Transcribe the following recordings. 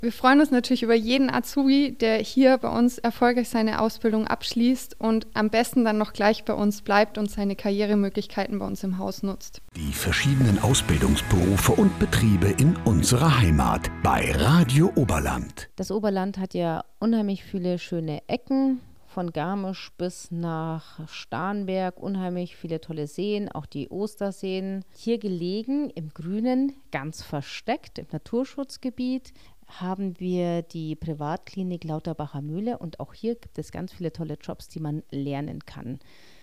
Wir freuen uns natürlich über jeden Azubi, der hier bei uns erfolgreich seine Ausbildung abschließt und am besten dann noch gleich bei uns bleibt und seine Karrieremöglichkeiten bei uns im Haus nutzt. Die verschiedenen Ausbildungsberufe und Betriebe in unserer Heimat bei Radio Oberland. Das Oberland hat ja unheimlich viele schöne Ecken, von Garmisch bis nach Starnberg, unheimlich viele tolle Seen, auch die Osterseen. Hier gelegen im Grünen, ganz versteckt im Naturschutzgebiet, haben wir die Privatklinik Lauterbacher Mühle und auch hier gibt es ganz viele tolle Jobs, die man lernen kann.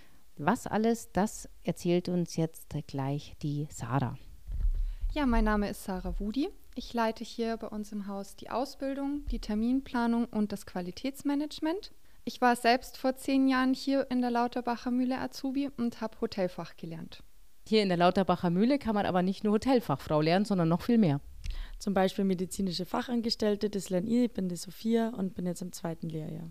Was alles, das erzählt uns jetzt gleich die Sarah. Ja, mein Name ist Sarah Wudi. Ich leite hier bei uns im Haus die Ausbildung, die Terminplanung und das Qualitätsmanagement. Ich war selbst vor 10 Jahren hier in der Lauterbacher Mühle Azubi und habe Hotelfach gelernt. Hier in der Lauterbacher Mühle kann man aber nicht nur Hotelfachfrau lernen, sondern noch viel mehr. Zum Beispiel medizinische Fachangestellte, das lerne ich bin die Sophia und bin jetzt im 2. Lehrjahr.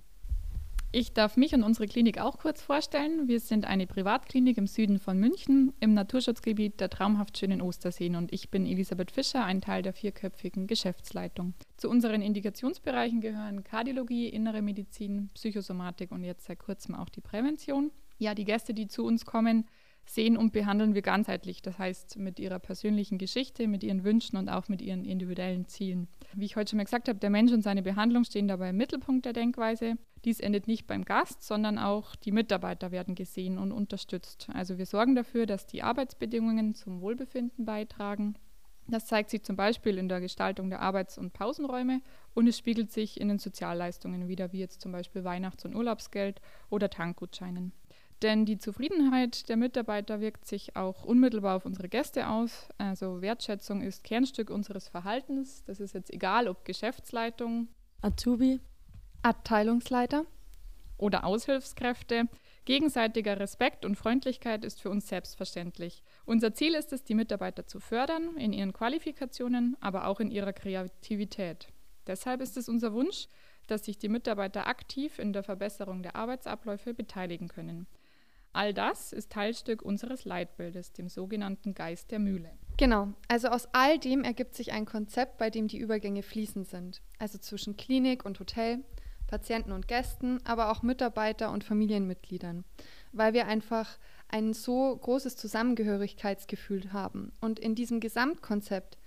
Ich darf mich und unsere Klinik auch kurz vorstellen. Wir sind eine Privatklinik im Süden von München im Naturschutzgebiet der traumhaft schönen Osterseen und ich bin Elisabeth Fischer, ein Teil der 4-köpfigen Geschäftsleitung. Zu unseren Indikationsbereichen gehören Kardiologie, Innere Medizin, Psychosomatik und jetzt seit kurzem auch die Prävention. Ja, die Gäste, die zu uns kommen, sehen und behandeln wir ganzheitlich, das heißt mit ihrer persönlichen Geschichte, mit ihren Wünschen und auch mit ihren individuellen Zielen. Wie ich heute schon mal gesagt habe, der Mensch und seine Behandlung stehen dabei im Mittelpunkt der Denkweise. Dies endet nicht beim Gast, sondern auch die Mitarbeiter werden gesehen und unterstützt. Also wir sorgen dafür, dass die Arbeitsbedingungen zum Wohlbefinden beitragen. Das zeigt sich zum Beispiel in der Gestaltung der Arbeits- und Pausenräume und es spiegelt sich in den Sozialleistungen wider, wie jetzt zum Beispiel Weihnachts- und Urlaubsgeld oder Tankgutscheinen. Denn die Zufriedenheit der Mitarbeiter wirkt sich auch unmittelbar auf unsere Gäste aus. Also Wertschätzung ist Kernstück unseres Verhaltens. Das ist jetzt egal, ob Geschäftsleitung, Azubi, Abteilungsleiter oder Aushilfskräfte. Gegenseitiger Respekt und Freundlichkeit ist für uns selbstverständlich. Unser Ziel ist es, die Mitarbeiter zu fördern in ihren Qualifikationen, aber auch in ihrer Kreativität. Deshalb ist es unser Wunsch, dass sich die Mitarbeiter aktiv in der Verbesserung der Arbeitsabläufe beteiligen können. All das ist Teilstück unseres Leitbildes, dem sogenannten Geist der Mühle. Genau, also aus all dem ergibt sich ein Konzept, bei dem die Übergänge fließend sind. Also zwischen Klinik und Hotel, Patienten und Gästen, aber auch Mitarbeiter und Familienmitgliedern. Weil wir einfach ein so großes Zusammengehörigkeitsgefühl haben. Und in diesem Gesamtkonzept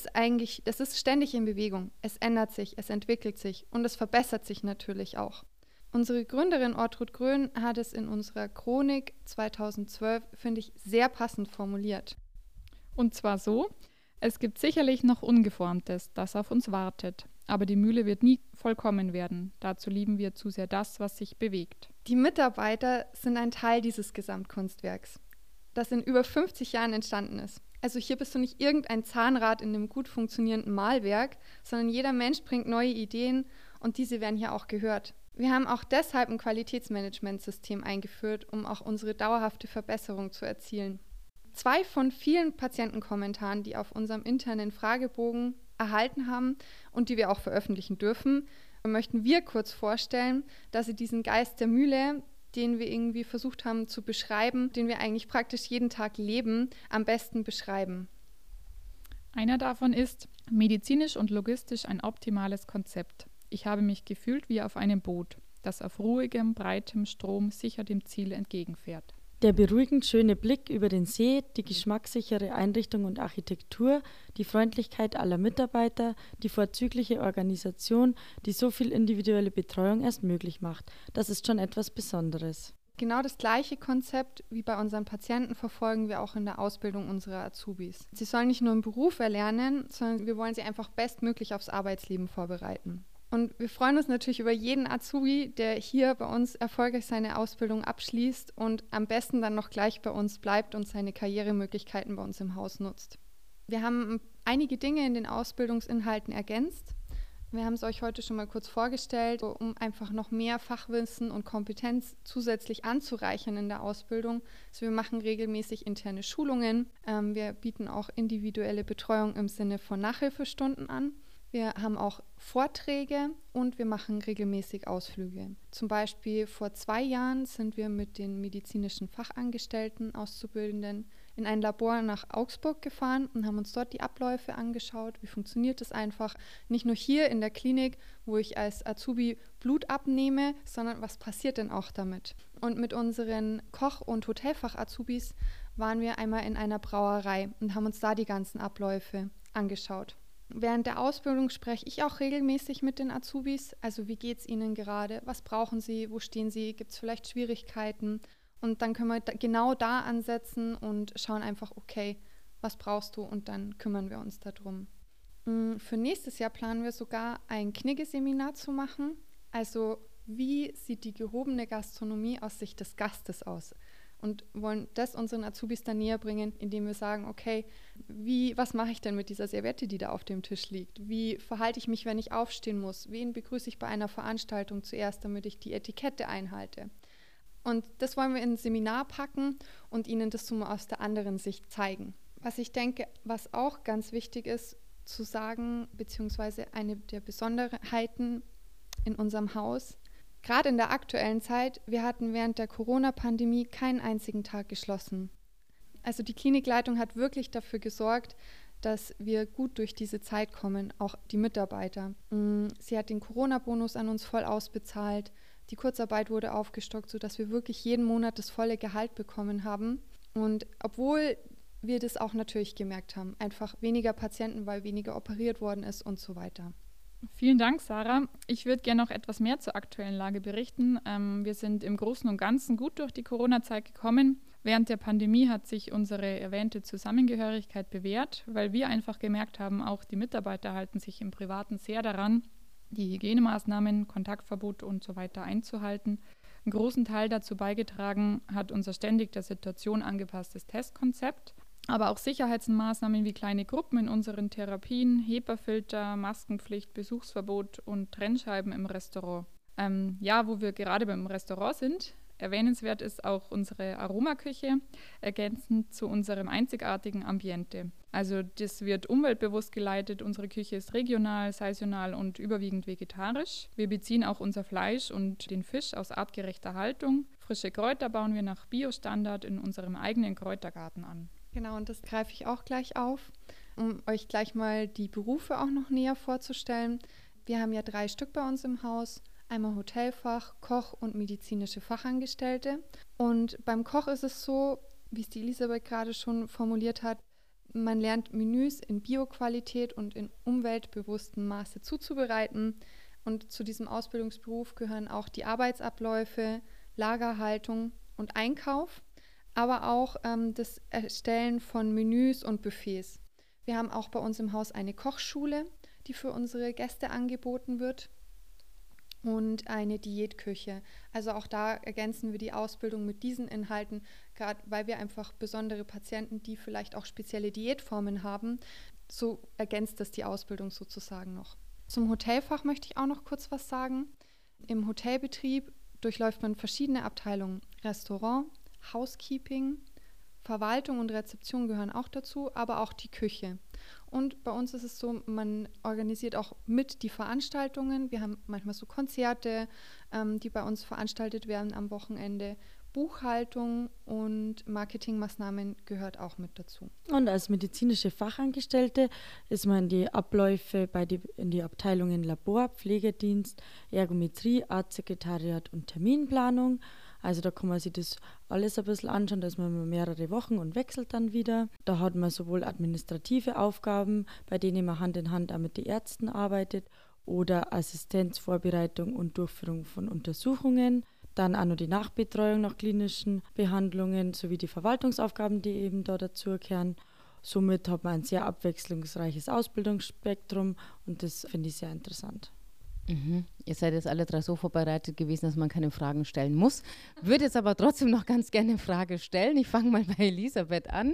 das ist ständig in Bewegung. Es ändert sich, es entwickelt sich und es verbessert sich natürlich auch. Unsere Gründerin Ortrud Grön hat es in unserer Chronik 2012, finde ich, sehr passend formuliert. Und zwar so: Es gibt sicherlich noch Ungeformtes, das auf uns wartet. Aber die Mühle wird nie vollkommen werden. Dazu lieben wir zu sehr das, was sich bewegt. Die Mitarbeiter sind ein Teil dieses Gesamtkunstwerks, das in über 50 Jahren entstanden ist. Also hier bist du nicht irgendein Zahnrad in einem gut funktionierenden Mahlwerk, sondern jeder Mensch bringt neue Ideen und diese werden hier auch gehört. Wir haben auch deshalb ein Qualitätsmanagementsystem eingeführt, um auch unsere dauerhafte Verbesserung zu erzielen. 2 von vielen Patientenkommentaren, die auf unserem internen Fragebogen erhalten haben und die wir auch veröffentlichen dürfen, möchten wir kurz vorstellen, dass sie diesen Geist der Mühle, den wir irgendwie versucht haben zu beschreiben, den wir eigentlich praktisch jeden Tag leben, am besten beschreiben. Einer davon ist: medizinisch und logistisch ein optimales Konzept. Ich habe mich gefühlt wie auf einem Boot, das auf ruhigem, breitem Strom sicher dem Ziel entgegenfährt. der beruhigend schöne Blick über den See, die geschmackssichere Einrichtung und Architektur, die Freundlichkeit aller Mitarbeiter, die vorzügliche Organisation, die so viel individuelle Betreuung erst möglich macht. Das ist schon etwas Besonderes. Genau das gleiche Konzept wie bei unseren Patienten verfolgen wir auch in der Ausbildung unserer Azubis. Sie sollen nicht nur einen Beruf erlernen, sondern wir wollen sie einfach bestmöglich aufs Arbeitsleben vorbereiten. Und wir freuen uns natürlich über jeden Azubi, der hier bei uns erfolgreich seine Ausbildung abschließt und am besten dann noch gleich bei uns bleibt und seine Karrieremöglichkeiten bei uns im Haus nutzt. Wir haben einige Dinge in den Ausbildungsinhalten ergänzt. Wir haben es euch heute schon mal kurz vorgestellt, um einfach noch mehr Fachwissen und Kompetenz zusätzlich anzureichern in der Ausbildung. Also wir machen regelmäßig interne Schulungen. Wir bieten auch individuelle Betreuung im Sinne von Nachhilfestunden an. Wir haben auch Vorträge und wir machen regelmäßig Ausflüge. Zum Beispiel vor 2 Jahren sind wir mit den medizinischen Fachangestellten, Auszubildenden in ein Labor nach Augsburg gefahren und haben uns dort die Abläufe angeschaut. Wie funktioniert das einfach? Nicht nur hier in der Klinik, wo ich als Azubi Blut abnehme, sondern was passiert denn auch damit? Und mit unseren Koch- und Hotelfach-Azubis waren wir einmal in einer Brauerei und haben uns da die ganzen Abläufe angeschaut. Während der Ausbildung spreche ich auch regelmäßig mit den Azubis. Also wie geht es ihnen gerade? Was brauchen sie? Wo stehen sie? Gibt es vielleicht Schwierigkeiten? Und dann können wir genau da ansetzen und schauen einfach, okay, was brauchst du? Und dann kümmern wir uns darum. Für nächstes Jahr planen wir sogar ein Knigge-Seminar zu machen. Also wie sieht die gehobene Gastronomie aus Sicht des Gastes aus? Und wollen das unseren Azubis dann näher bringen, indem wir sagen, okay, was mache ich denn mit dieser Serviette, die da auf dem Tisch liegt? Wie verhalte ich mich, wenn ich aufstehen muss? Wen begrüße ich bei einer Veranstaltung zuerst, damit ich die Etikette einhalte? Und das wollen wir in ein Seminar packen und ihnen das so mal aus der anderen Sicht zeigen. Was ich denke, was auch ganz wichtig ist zu sagen, beziehungsweise eine der Besonderheiten in unserem Haus, gerade in der aktuellen Zeit, wir hatten während der Corona-Pandemie keinen einzigen Tag geschlossen. Also die Klinikleitung hat wirklich dafür gesorgt, dass wir gut durch diese Zeit kommen, auch die Mitarbeiter. Sie hat den Corona-Bonus an uns voll ausbezahlt, die Kurzarbeit wurde aufgestockt, sodass wir wirklich jeden Monat das volle Gehalt bekommen haben. Und obwohl wir das auch natürlich gemerkt haben, einfach weniger Patienten, weil weniger operiert worden ist und so weiter. Vielen Dank, Sarah. Ich würde gerne noch etwas mehr zur aktuellen Lage berichten. Wir sind im Großen und Ganzen gut durch die Corona-Zeit gekommen. Während der Pandemie hat sich unsere erwähnte Zusammengehörigkeit bewährt, weil wir einfach gemerkt haben, auch die Mitarbeiter halten sich im Privaten sehr daran, die Hygienemaßnahmen, Kontaktverbot und so weiter einzuhalten. Einen großen Teil dazu beigetragen hat unser ständig der Situation angepasstes Testkonzept. Aber auch Sicherheitsmaßnahmen wie kleine Gruppen in unseren Therapien, HEPA-Filter, Maskenpflicht, Besuchsverbot und Trennscheiben im Restaurant. Wo wir gerade beim Restaurant sind, erwähnenswert ist auch unsere Aromaküche, ergänzend zu unserem einzigartigen Ambiente. Also das wird umweltbewusst geleitet, unsere Küche ist regional, saisonal und überwiegend vegetarisch. Wir beziehen auch unser Fleisch und den Fisch aus artgerechter Haltung. Frische Kräuter bauen wir nach Biostandard in unserem eigenen Kräutergarten an. Genau, und das greife ich auch gleich auf, um euch gleich mal die Berufe auch noch näher vorzustellen. Wir haben ja 3 Stück bei uns im Haus, einmal Hotelfach, Koch und medizinische Fachangestellte. Und beim Koch ist es so, wie es die Elisabeth gerade schon formuliert hat, man lernt Menüs in Bioqualität und in umweltbewusstem Maße zuzubereiten. Und zu diesem Ausbildungsberuf gehören auch die Arbeitsabläufe, Lagerhaltung und Einkauf, aber auch das Erstellen von Menüs und Buffets. Wir haben auch bei uns im Haus eine Kochschule, die für unsere Gäste angeboten wird, und eine Diätküche. Also auch da ergänzen wir die Ausbildung mit diesen Inhalten, gerade weil wir einfach besondere Patienten, die vielleicht auch spezielle Diätformen haben, so ergänzt das die Ausbildung sozusagen noch. Zum Hotelfach möchte ich auch noch kurz was sagen. Im Hotelbetrieb durchläuft man verschiedene Abteilungen. Restaurant, Housekeeping, Verwaltung und Rezeption gehören auch dazu, aber auch die Küche. Und bei uns ist es so, man organisiert auch mit die Veranstaltungen. Wir haben manchmal so Konzerte, die bei uns veranstaltet werden am Wochenende. Buchhaltung und Marketingmaßnahmen gehört auch mit dazu. Und als medizinische Fachangestellte ist man in die Abläufe in die Abteilungen Labor, Pflegedienst, Ergometrie, Arztsekretariat und Terminplanung. Also da kann man sich das alles ein bisschen anschauen, da ist man mehrere Wochen und wechselt dann wieder. Da hat man sowohl administrative Aufgaben, bei denen man Hand in Hand auch mit den Ärzten arbeitet, oder Assistenzvorbereitung und Durchführung von Untersuchungen. Dann auch noch die Nachbetreuung nach klinischen Behandlungen sowie die Verwaltungsaufgaben, die eben da dazugehören. Somit hat man ein sehr abwechslungsreiches Ausbildungsspektrum und das finde ich sehr interessant. Ihr seid jetzt alle 3 so vorbereitet gewesen, dass man keine Fragen stellen muss. Würde jetzt aber trotzdem noch ganz gerne eine Frage stellen. Ich fange mal bei Elisabeth an,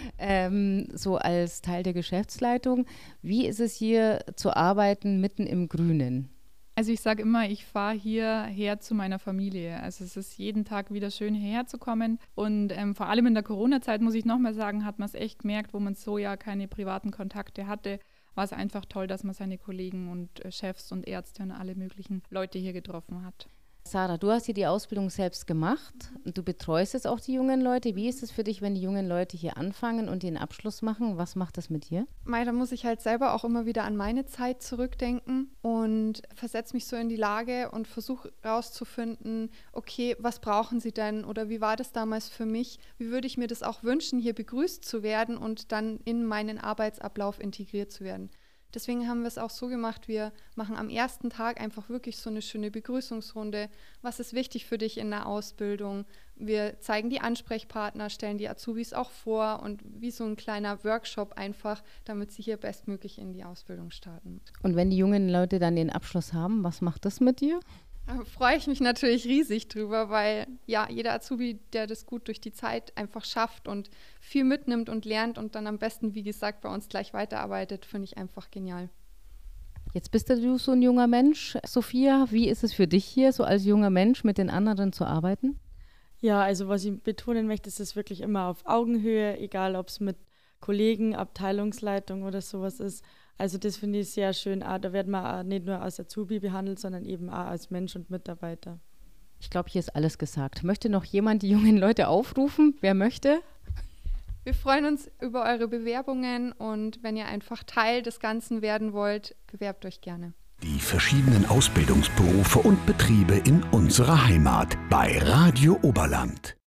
so als Teil der Geschäftsleitung. Wie ist es hier zu arbeiten mitten im Grünen? Also ich sage immer, ich fahre hierher zu meiner Familie. Also es ist jeden Tag wieder schön hierher zu kommen. Und vor allem in der Corona-Zeit, muss ich nochmal sagen, hat man es echt gemerkt, wo man so ja keine privaten Kontakte hatte, war es einfach toll, dass man seine Kollegen und Chefs und Ärzte und alle möglichen Leute hier getroffen hat. Sarah, du hast hier die Ausbildung selbst gemacht. Du betreust jetzt auch die jungen Leute. Wie ist es für dich, wenn die jungen Leute hier anfangen und den Abschluss machen? Was macht das mit dir? Da muss ich halt selber auch immer wieder an meine Zeit zurückdenken und versetze mich so in die Lage und versuche rauszufinden, okay, was brauchen sie denn oder wie war das damals für mich? Wie würde ich mir das auch wünschen, hier begrüßt zu werden und dann in meinen Arbeitsablauf integriert zu werden? Deswegen haben wir es auch so gemacht, wir machen am ersten Tag einfach wirklich so eine schöne Begrüßungsrunde. Was ist wichtig für dich in der Ausbildung? Wir zeigen die Ansprechpartner, stellen die Azubis auch vor und wie so ein kleiner Workshop einfach, damit sie hier bestmöglich in die Ausbildung starten. Und wenn die jungen Leute dann den Abschluss haben, was macht das mit dir? Da freue ich mich natürlich riesig drüber, weil ja, jeder Azubi, der das gut durch die Zeit einfach schafft und viel mitnimmt und lernt und dann am besten, wie gesagt, bei uns gleich weiterarbeitet, finde ich einfach genial. Jetzt bist du so ein junger Mensch. Sophia, wie ist es für dich hier, so als junger Mensch mit den anderen zu arbeiten? Ja, also was ich betonen möchte, ist es wirklich immer auf Augenhöhe, egal ob es mit Kollegen, Abteilungsleitung oder sowas ist. Also das finde ich sehr schön. Da wird man nicht nur als Azubi behandelt, sondern eben auch als Mensch und Mitarbeiter. Ich glaube, hier ist alles gesagt. Möchte noch jemand die jungen Leute aufrufen? Wer möchte? Wir freuen uns über eure Bewerbungen und wenn ihr einfach Teil des Ganzen werden wollt, bewerbt euch gerne. Die verschiedenen Ausbildungsberufe und Betriebe in unserer Heimat bei Radio Oberland.